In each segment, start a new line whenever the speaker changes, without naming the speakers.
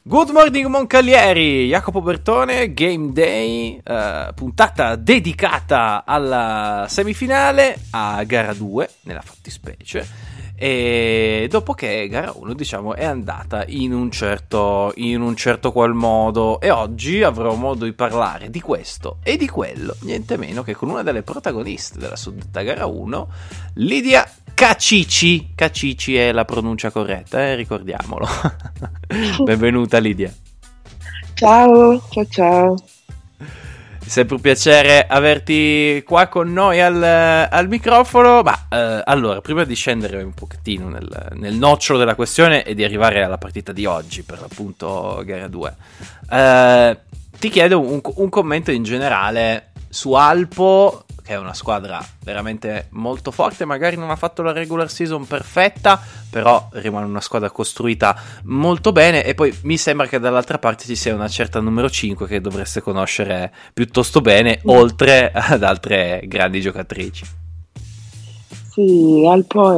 Good morning Moncalieri, Jacopo Bertone, Game Day, puntata dedicata alla semifinale, a gara 2 nella fattispecie, e dopo che gara 1 diciamo è andata in un certo qual modo, e oggi avrò modo di parlare di questo e di quello, niente meno che con una delle protagoniste della suddetta gara 1, Lidia Cacici è la pronuncia corretta, ricordiamolo. Benvenuta Lidia.
Ciao.
Sempre un piacere averti qua con noi al microfono. Ma allora, prima di scendere un pochettino nel nocciolo della questione e di arrivare alla partita di oggi, per l'appunto gara 2, ti chiedo un commento in generale su Alpo, che è una squadra veramente molto forte, magari non ha fatto la regular season perfetta, però rimane una squadra costruita molto bene, e poi mi sembra che dall'altra parte ci sia una certa numero 5 che dovreste conoscere piuttosto bene, oltre ad altre grandi giocatrici.
Sì, Alpo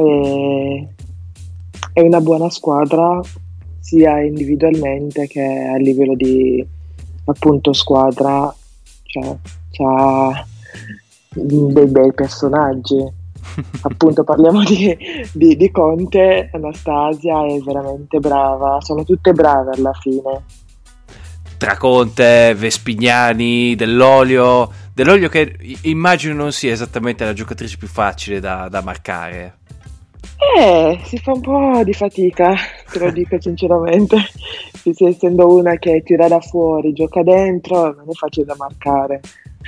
è una buona squadra sia individualmente che a livello di appunto squadra, cioè c'ha dei bei personaggi. Appunto parliamo di Conte. Anastasia è veramente brava, sono tutte brave alla fine,
Tra Conte, Vespignani, Dell'Olio che immagino non sia esattamente la giocatrice più facile da marcare.
Si fa un po' di fatica, te lo dico sinceramente, essendo una che tira da fuori, gioca dentro, non è facile da marcare.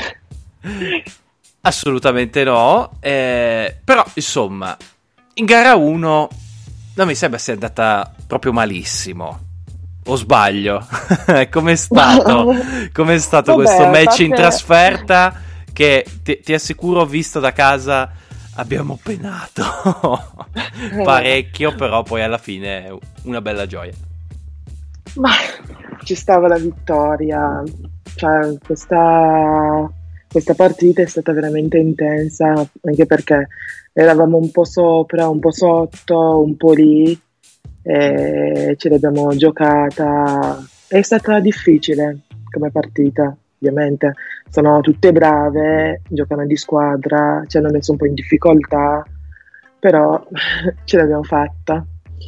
Assolutamente no, però insomma in gara 1 non mi sembra sia andata proprio malissimo, o sbaglio? Com'è stato
Vabbè,
questo match
parte...
in trasferta che ti assicuro, visto da casa, abbiamo penato parecchio, però poi alla fine una bella gioia.
Ma ci stava la vittoria, cioè questa partita è stata veramente intensa, anche perché eravamo un po' sopra, un po' sotto, un po' lì, e ce l'abbiamo giocata. È stata difficile come partita, ovviamente. Sono tutte brave, giocano di squadra, ci hanno messo un po' in difficoltà, però ce l'abbiamo fatta.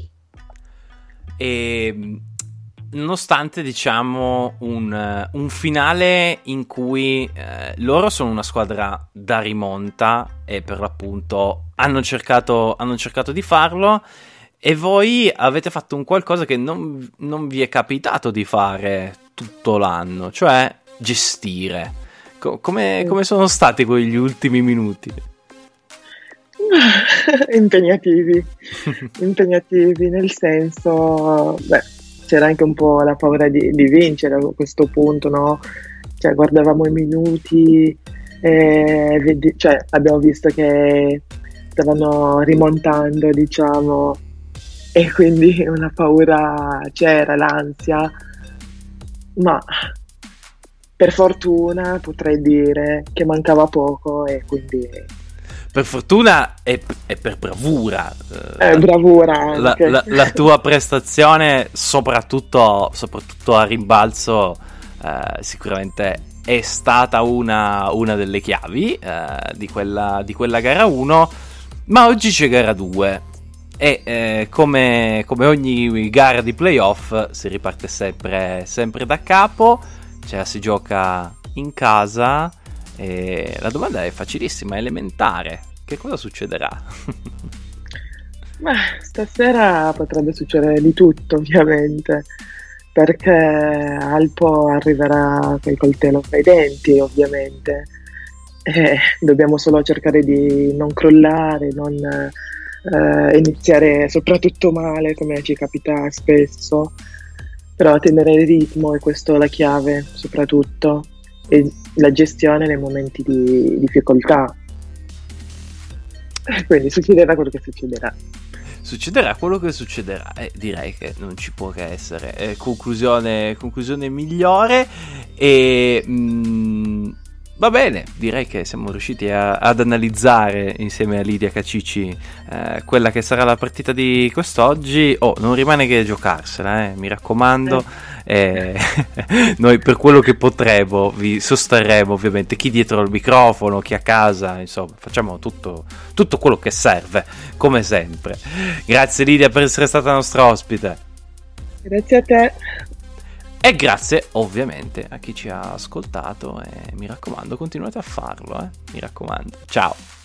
E nonostante diciamo un finale in cui loro sono una squadra da rimonta e per l'appunto hanno cercato di farlo, e voi avete fatto un qualcosa che non vi è capitato di fare tutto l'anno, cioè gestire. Come sono stati quegli ultimi minuti?
Impegnativi, nel senso, c'era anche un po' la paura di vincere a questo punto, no? Cioè, guardavamo i minuti, cioè, abbiamo visto che stavano rimontando, diciamo, e quindi una paura c'era, l'ansia, ma per fortuna potrei dire che mancava poco, e quindi...
Per fortuna e per bravura.
Bravura anche.
La tua prestazione, soprattutto a rimbalzo, sicuramente è stata una delle chiavi di quella gara 1, ma oggi c'è gara 2 e come ogni gara di playoff si riparte sempre da capo, cioè si gioca in casa. E la domanda è facilissima, è elementare: che cosa succederà?
Ma stasera potrebbe succedere di tutto, ovviamente, perché Alpo arriverà col coltello fra i denti, ovviamente. Dobbiamo solo cercare di non crollare, non iniziare soprattutto male, come ci capita spesso, però tenere il ritmo è questo la chiave, soprattutto, e la gestione nei momenti di difficoltà. Quindi succederà quello che succederà.
Succederà quello che succederà, direi che non ci può che essere conclusione migliore. E Va bene, direi che siamo riusciti ad analizzare insieme a Lidia Cacici quella che sarà la partita di quest'oggi. Non rimane che giocarsela, mi raccomando. Noi per quello che potremo vi sosterremo, ovviamente, chi dietro al microfono, chi a casa, insomma, facciamo tutto quello che serve, come sempre. Grazie Lidia per essere stata nostra ospite.
Grazie a te.
E grazie ovviamente a chi ci ha ascoltato e mi raccomando continuate a farlo, mi raccomando. Ciao!